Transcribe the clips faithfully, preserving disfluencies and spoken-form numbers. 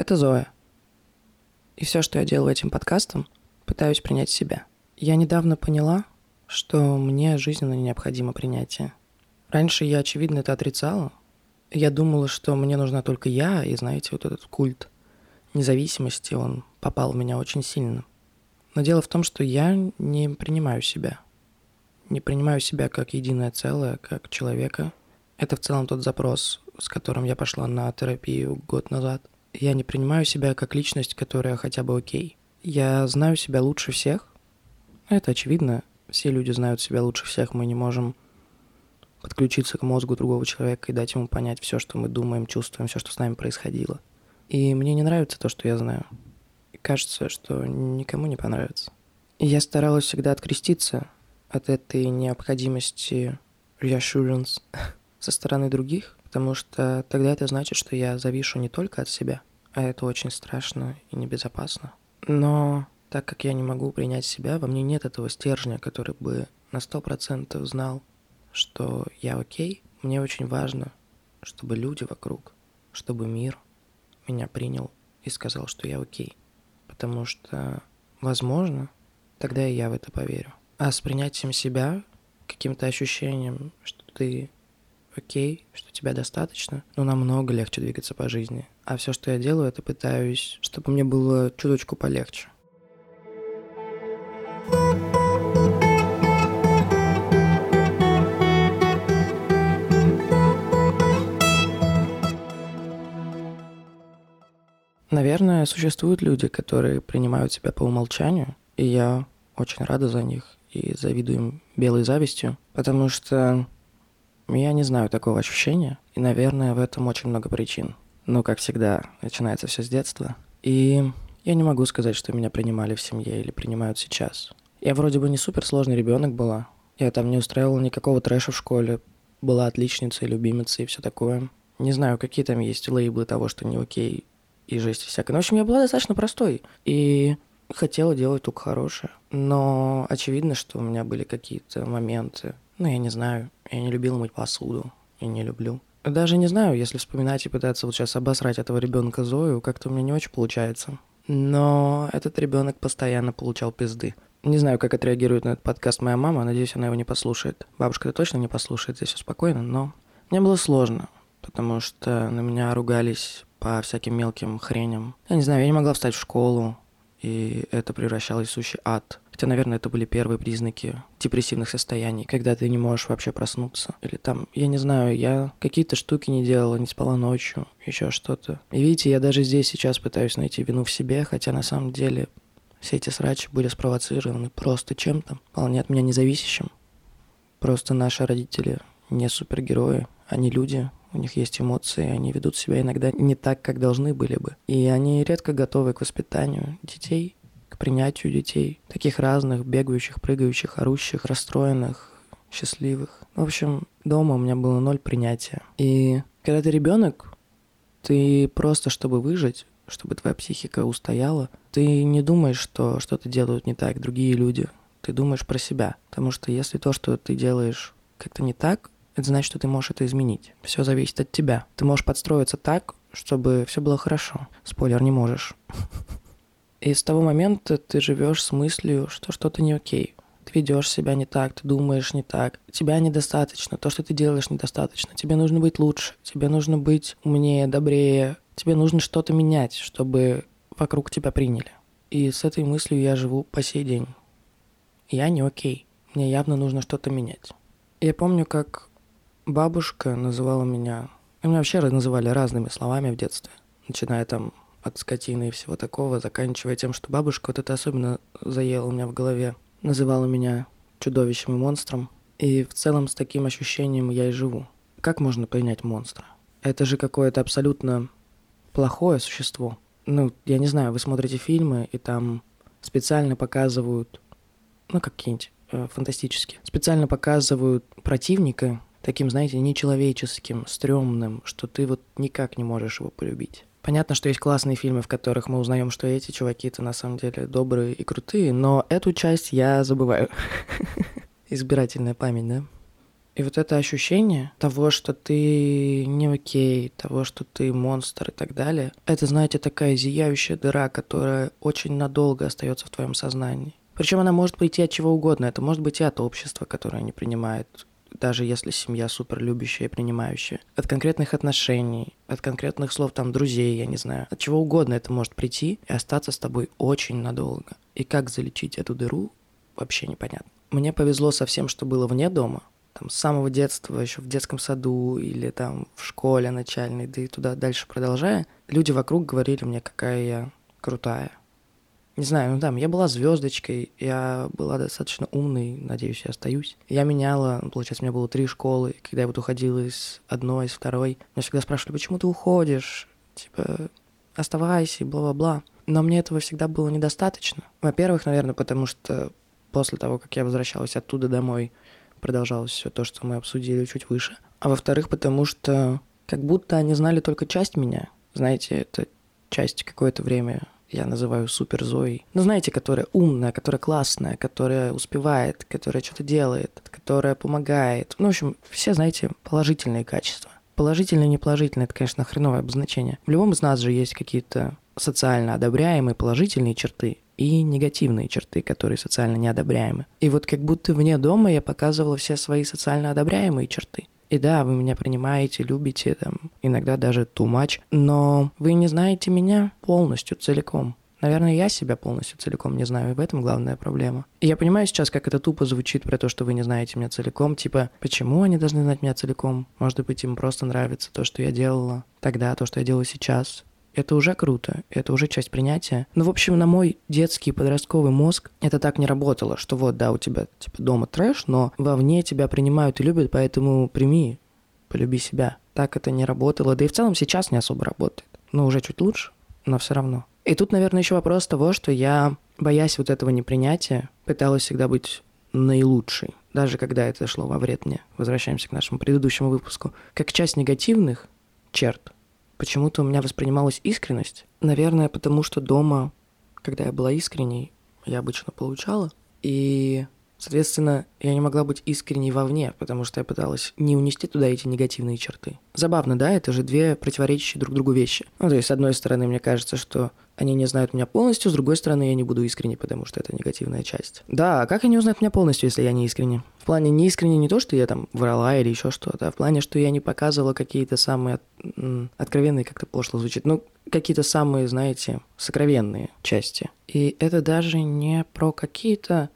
Это Зоя. И все, что я делаю этим подкастом, пытаюсь принять себя. Я недавно поняла, что мне жизненно необходимо принятие. Раньше я, очевидно, это отрицала. Я думала, что мне нужна только я, и, знаете, вот этот культ независимости, он попал в меня очень сильно. Но дело в том, что я не принимаю себя. Не принимаю себя как единое целое, как человека. Это в целом тот запрос, с которым я пошла на терапию год назад. Я не принимаю себя как личность, которая хотя бы окей. Я знаю себя лучше всех. Это очевидно. Все люди знают себя лучше всех. Мы не можем подключиться к мозгу другого человека и дать ему понять все, что мы думаем, чувствуем, все, что с нами происходило. И мне не нравится то, что я знаю. И кажется, что никому не понравится. И я старалась всегда откреститься от этой необходимости reassurance со стороны других, потому что тогда это значит, что я завишу не только от себя, а это очень страшно и небезопасно. Но так как я не могу принять себя, во мне нет этого стержня, который бы на сто процентов знал, что я окей. Мне очень важно, чтобы люди вокруг, чтобы мир меня принял и сказал, что я окей. Потому что, возможно, тогда и я в это поверю. А с принятием себя, каким-то ощущением, что ты окей, что тебя достаточно, ну, намного легче двигаться по жизни. А все, что я делаю, это пытаюсь, чтобы мне было чуточку полегче. Наверное, существуют люди, которые принимают себя по умолчанию, и я очень рада за них и завидую им белой завистью, потому что я не знаю такого ощущения, и, наверное, в этом очень много причин. Но, как всегда, начинается все с детства, и я не могу сказать, что меня принимали в семье или принимают сейчас. Я вроде бы не суперсложный ребенок была, я там не устраивала никакого трэша в школе, была отличницей, любимицей и все такое. Не знаю, какие там есть лейблы того, что не окей, и жесть всякая. Ну, в общем, я была достаточно простой и хотела делать только хорошее. Но очевидно, что у меня были какие-то моменты. Ну, я не знаю, я не любила мыть посуду, я не люблю. Даже не знаю, если вспоминать и пытаться вот сейчас обосрать этого ребенка Зою, как-то у меня не очень получается. Но этот ребенок постоянно получал пизды. Не знаю, как отреагирует на этот подкаст моя мама, надеюсь, она его не послушает. Бабушка-то точно не послушает, здесь все спокойно, но мне было сложно, потому что на меня ругались по всяким мелким хреням. Я не знаю, я не могла встать в школу, и это превращалось в сущий ад. Хотя, наверное, это были первые признаки депрессивных состояний, когда ты не можешь вообще проснуться. Или там, я не знаю, я какие-то штуки не делала, не спала ночью, еще что-то. И видите, я даже здесь сейчас пытаюсь найти вину в себе, хотя на самом деле все эти срачи были спровоцированы просто чем-то, вполне от меня независящим. Просто наши родители не супергерои, они люди, у них есть эмоции, они ведут себя иногда не так, как должны были бы. И они редко готовы к воспитанию детей, к принятию детей, таких разных, бегающих, прыгающих, орущих, расстроенных, счастливых. В общем, дома у меня было ноль принятия. И когда ты ребенок, ты просто, чтобы выжить, чтобы твоя психика устояла, ты не думаешь, что что-то делают не так другие люди. Ты думаешь про себя. Потому что если то, что ты делаешь, как-то не так, это значит, что ты можешь это изменить. Все зависит от тебя. Ты можешь подстроиться так, чтобы все было хорошо. Спойлер, не можешь. И с того момента ты живешь с мыслью, что что-то не окей. Ты ведешь себя не так, ты думаешь не так. Тебя недостаточно, то, что ты делаешь, недостаточно. Тебе нужно быть лучше, тебе нужно быть умнее, добрее. Тебе нужно что-то менять, чтобы вокруг тебя приняли. И с этой мыслью я живу по сей день. Я не окей. Мне явно нужно что-то менять. Я помню, как бабушка называла меня... Меня вообще называли разными словами в детстве. Начиная там от скотины и всего такого, заканчивая тем, что бабушка, вот это особенно заело у меня в голове, называла меня чудовищем и монстром. И в целом с таким ощущением я и живу. Как можно принять монстра? Это же какое-то абсолютно плохое существо. Ну, я не знаю, вы смотрите фильмы, и там специально показывают, ну, какие-нибудь э, фантастические, специально показывают противника таким, знаете, нечеловеческим, стрёмным, что ты вот никак не можешь его полюбить. Понятно, что есть классные фильмы, в которых мы узнаем, что эти чуваки-то на самом деле добрые и крутые, но эту часть я забываю. Избирательная память, да? И вот это ощущение того, что ты не окей, того, что ты монстр и так далее, это, знаете, такая зияющая дыра, которая очень надолго остается в твоем сознании. Причем она может прийти от чего угодно. Это может быть и от общества, которое не принимает, даже если семья супер любящая и принимающая. От конкретных отношений, от конкретных слов, там, друзей, я не знаю. От чего угодно это может прийти и остаться с тобой очень надолго. И как залечить эту дыру, вообще непонятно. Мне повезло со всем, что было вне дома. Там, с самого детства, еще в детском саду или там в школе начальной, да и туда дальше продолжая, люди вокруг говорили мне, какая я крутая. Не знаю, ну там, я была звездочкой, я была достаточно умной, надеюсь, я остаюсь. Я меняла, получается, у меня было три школы, когда я вот уходила из одной, из второй, меня всегда спрашивали, почему ты уходишь, типа, оставайся, бла-бла-бла. Но мне этого всегда было недостаточно. Во-первых, наверное, потому что после того, как я возвращалась оттуда домой, продолжалось все то, что мы обсудили чуть выше. А во-вторых, потому что как будто они знали только часть меня. Знаете, это часть какое-то время я называю супер Зоей. Ну, знаете, которая умная, которая классная, которая успевает, которая что-то делает, которая помогает. Ну, в общем, все, знаете, положительные качества. Положительные и неположительные – это, конечно, хреновое обозначение. В любом из нас же есть какие-то социально одобряемые положительные черты и негативные черты, которые социально неодобряемы. И вот как будто вне дома я показывала все свои социально одобряемые черты. И да, вы меня принимаете, любите, там, иногда даже too much, но вы не знаете меня полностью, целиком. Наверное, я себя полностью целиком не знаю, и в этом главная проблема. И я понимаю сейчас, как это тупо звучит про то, что вы не знаете меня целиком, типа, почему они должны знать меня целиком? Может быть, им просто нравится то, что я делала тогда, то, что я делаю сейчас. Это уже круто, это уже часть принятия. Но, в общем, на мой детский подростковый мозг это так не работало, что вот, да, у тебя типа дома трэш, но вовне тебя принимают и любят, поэтому прими, полюби себя. Так это не работало, да и в целом сейчас не особо работает. Но уже чуть лучше, но все равно. И тут, наверное, еще вопрос того, что я, боясь вот этого непринятия, пыталась всегда быть наилучшей, даже когда это шло во вред мне. Возвращаемся к нашему предыдущему выпуску. Как часть негативных черт, почему-то у меня воспринималась искренность. Наверное, потому что дома, когда я была искренней, я обычно получала. И, соответственно, я не могла быть искренней вовне, потому что я пыталась не унести туда эти негативные черты. Забавно, да? Это же две противоречащие друг другу вещи. Ну, то есть, с одной стороны, мне кажется, что они не знают меня полностью, с другой стороны, я не буду искренней, потому что это негативная часть. Да, а как они узнают меня полностью, если я не искренне? В плане не искренне не то, что я там врала или еще что-то, а в плане, что я не показывала какие-то самые м, откровенные, как-то пошло звучит, ну, какие-то самые, знаете, сокровенные части. И это даже не про какие-то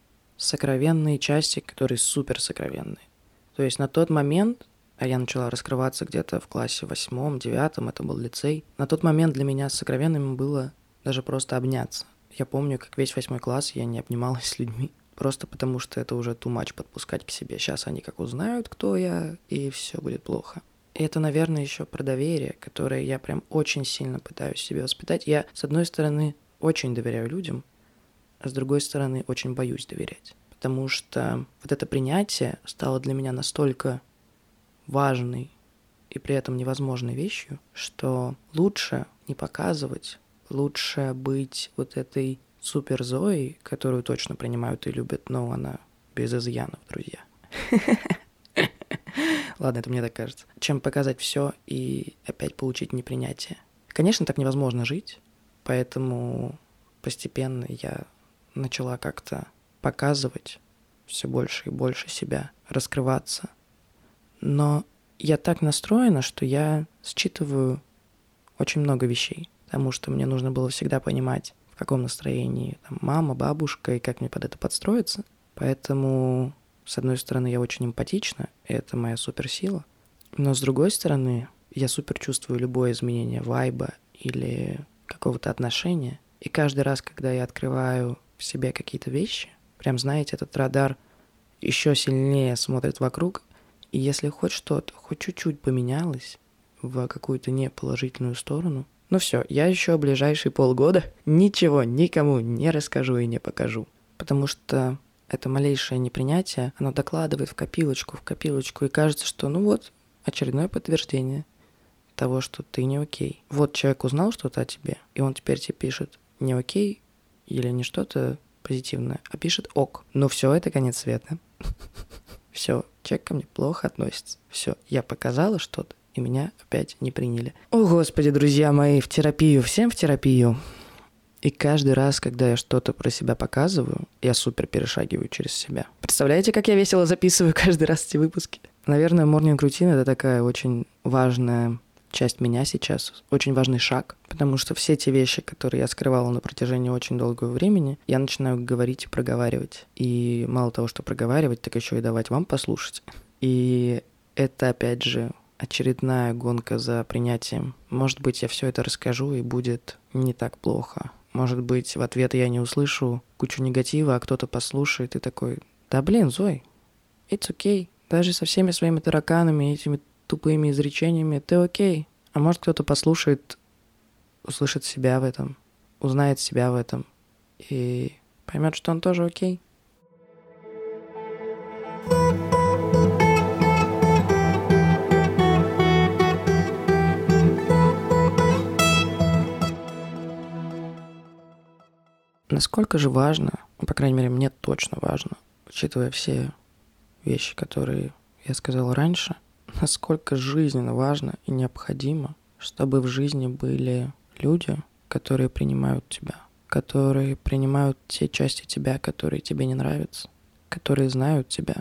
сокровенные части, которые супер сокровенные. То есть на тот момент, а я начала раскрываться где-то в классе восьмом, девятом, это был лицей, на тот момент для меня сокровенным было даже просто обняться. Я помню, как весь восьмой класс я не обнималась с людьми, просто потому что это уже too much подпускать к себе. Сейчас они как узнают, кто я, и все будет плохо. И это, наверное, еще про доверие, которое я прям очень сильно пытаюсь себе воспитать. Я, с одной стороны, очень доверяю людям, а с другой стороны, очень боюсь доверять. Потому что вот это принятие стало для меня настолько важной и при этом невозможной вещью, что лучше не показывать, лучше быть вот этой супер Зоей, которую точно принимают и любят, но она без изъянов, друзья. Ладно, это мне так кажется. Чем показать все и опять получить непринятие. Конечно, так невозможно жить, поэтому постепенно я начала как-то показывать все больше и больше себя, раскрываться. Но я так настроена, что я считываю очень много вещей, потому что мне нужно было всегда понимать, в каком настроении там, мама, бабушка и как мне под это подстроиться. Поэтому, с одной стороны, я очень эмпатична, и это моя суперсила, но с другой стороны, я супер чувствую любое изменение вайба или какого-то отношения, и каждый раз, когда я открываю в себе какие-то вещи, прям, знаете, этот радар еще сильнее смотрит вокруг, и если хоть что-то, хоть чуть-чуть поменялось в какую-то неположительную сторону, ну все, я еще ближайшие полгода ничего никому не расскажу и не покажу. Потому что это малейшее непринятие, оно докладывает в копилочку, в копилочку, и кажется, что ну вот, очередное подтверждение того, что ты не окей. Вот человек узнал что-то о тебе, и он теперь тебе пишет не окей или не что-то позитивное, а пишет ок. Но все, это конец света. Все, человек ко мне плохо относится. Все, я показала что-то, и меня опять не приняли. О, Господи, друзья мои, в терапию, всем в терапию. И каждый раз, когда я что-то про себя показываю, я супер перешагиваю через себя. Представляете, как я весело записываю каждый раз эти выпуски? Наверное, morning routine — это такая очень важная часть меня сейчас, очень важный шаг, потому что все те вещи, которые я скрывала на протяжении очень долгого времени, я начинаю говорить и проговаривать. И мало того, что проговаривать, так еще и давать вам послушать. И это, опять же, очередная гонка за принятием. Может быть, я все это расскажу, и будет не так плохо. Может быть, в ответ я не услышу кучу негатива, а кто-то послушает и такой: да блин, Зой, it's okay. Даже со всеми своими тараканами и этими тупыми изречениями ты окей. А может, кто-то послушает, услышит себя в этом, узнает себя в этом и поймет, что он тоже окей. Насколько же важно, по крайней мере, мне точно важно, учитывая все вещи, которые я сказал раньше, насколько жизненно важно и необходимо, чтобы в жизни были люди, которые принимают тебя, которые принимают те части тебя, которые тебе не нравятся, которые знают тебя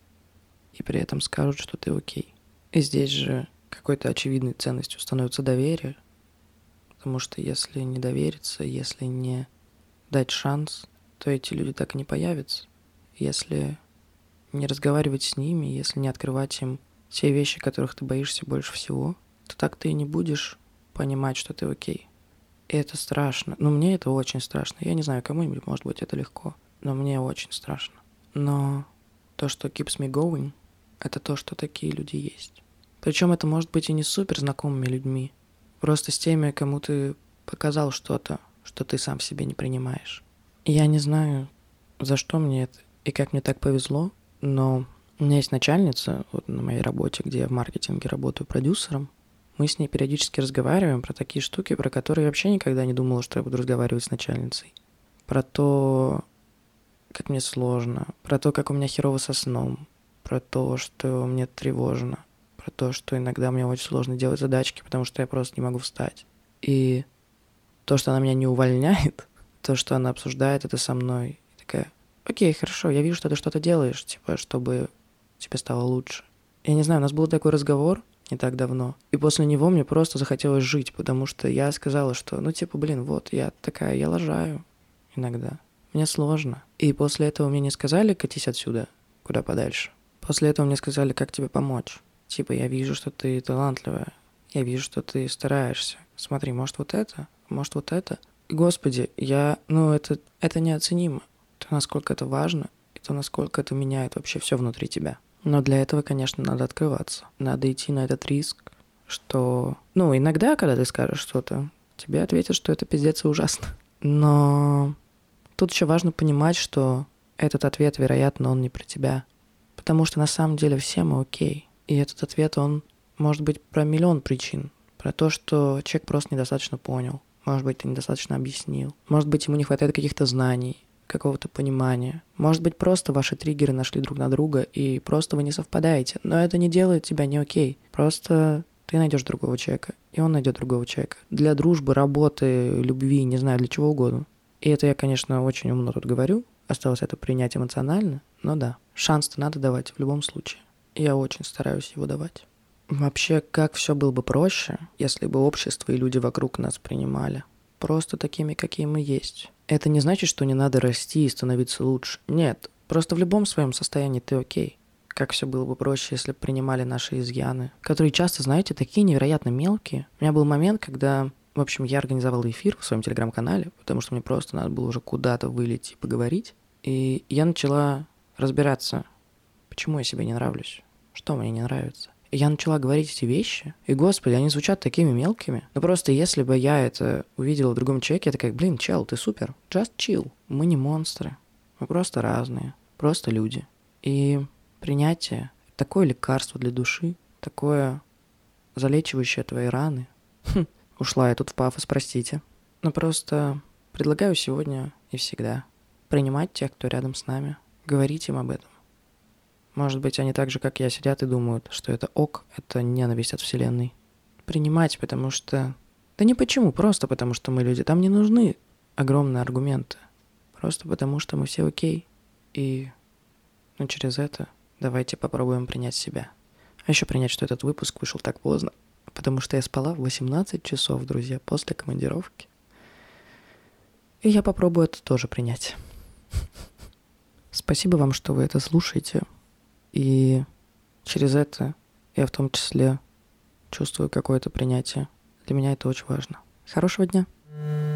и при этом скажут, что ты окей. И здесь же какой-то очевидной ценностью становится доверие, потому что если не довериться, если не дать шанс, то эти люди так и не появятся. Если не разговаривать с ними, если не открывать им те вещи, которых ты боишься больше всего, то так ты и не будешь понимать, что ты окей. И это страшно. Ну, мне это очень страшно. Я не знаю, кому-нибудь, может быть, это легко, но мне очень страшно. Но то, что keeps me going, это то, что такие люди есть. Причем это может быть и не супер знакомыми людьми, просто с теми, кому ты показал что-то, что ты сам в себе не принимаешь. И я не знаю, за что мне это и как мне так повезло, но у меня есть начальница вот на моей работе, где я в маркетинге работаю продюсером. Мы с ней периодически разговариваем про такие штуки, про которые я вообще никогда не думала, что я буду разговаривать с начальницей. Про то, как мне сложно, про то, как у меня херово со сном, про то, что мне тревожно, про то, что иногда мне очень сложно делать задачки, потому что я просто не могу встать. И то, что она меня не увольняет, то, что она обсуждает это со мной, и такая: окей, хорошо, я вижу, что ты что-то делаешь, типа, чтобы тебе стало лучше. Я не знаю, у нас был такой разговор не так давно, и после него мне просто захотелось жить, потому что я сказала, что, ну, типа, блин, вот, я такая, я лажаю иногда, мне сложно. И после этого мне не сказали: катись отсюда, куда подальше. После этого мне сказали: как тебе помочь. Типа, я вижу, что ты талантливая, я вижу, что ты стараешься. Смотри, может, вот это, может, вот это. И, Господи, я, ну, это, это неоценимо. То, насколько это важно, и то, насколько это меняет вообще все внутри тебя. Но для этого, конечно, надо открываться. Надо идти на этот риск, что... Ну, иногда, когда ты скажешь что-то, тебе ответят, что это пиздец и ужасно. Но тут еще важно понимать, что этот ответ, вероятно, он не про тебя. Потому что на самом деле все мы окей. И этот ответ, он может быть про миллион причин. Про то, что человек просто недостаточно понял. Может быть, ты недостаточно объяснил. Может быть, ему не хватает каких-то знаний, какого-то понимания. Может быть, просто ваши триггеры нашли друг на друга, и просто вы не совпадаете. Но это не делает тебя не окей. Просто ты найдешь другого человека, и он найдет другого человека. Для дружбы, работы, любви, не знаю, для чего угодно. И это я, конечно, очень умно тут говорю. Осталось это принять эмоционально, но да. Шанс-то надо давать в любом случае. Я очень стараюсь его давать. Вообще, как все было бы проще, если бы общество и люди вокруг нас принимали просто такими, какие мы есть. Это не значит, что не надо расти и становиться лучше. Нет, просто в любом своем состоянии ты окей. Как все было бы проще, если бы принимали наши изъяны, которые часто, знаете, такие невероятно мелкие. У меня был момент, когда, в общем, я организовал эфир в своем телеграм-канале, потому что мне просто надо было уже куда-то вылезть и поговорить. И я начала разбираться, почему я себе не нравлюсь, что мне не нравится. И я начала говорить эти вещи, и, господи, они звучат такими мелкими. Но просто если бы я это увидела в другом человеке, я такая: блин, чел, ты супер, just chill. Мы не монстры, мы просто разные, просто люди. И принятие — такое лекарство для души, такое залечивающее твои раны. Хм, ушла я тут в пафос, простите. Но просто предлагаю сегодня и всегда принимать тех, кто рядом с нами, говорить им об этом. Может быть, они так же, как я, сидят и думают, что это ок, это ненависть от Вселенной. Принимать, потому что... Да не почему, просто потому что мы люди. Там не нужны огромные аргументы. Просто потому что мы все окей. И ну, через это давайте попробуем принять себя. А еще принять, что этот выпуск вышел так поздно. Потому что я спала в восемнадцать часов, друзья, после командировки. И я попробую это тоже принять. Спасибо вам, что вы это слушаете. И через это я в том числе чувствую какое-то принятие. Для меня это очень важно. Хорошего дня.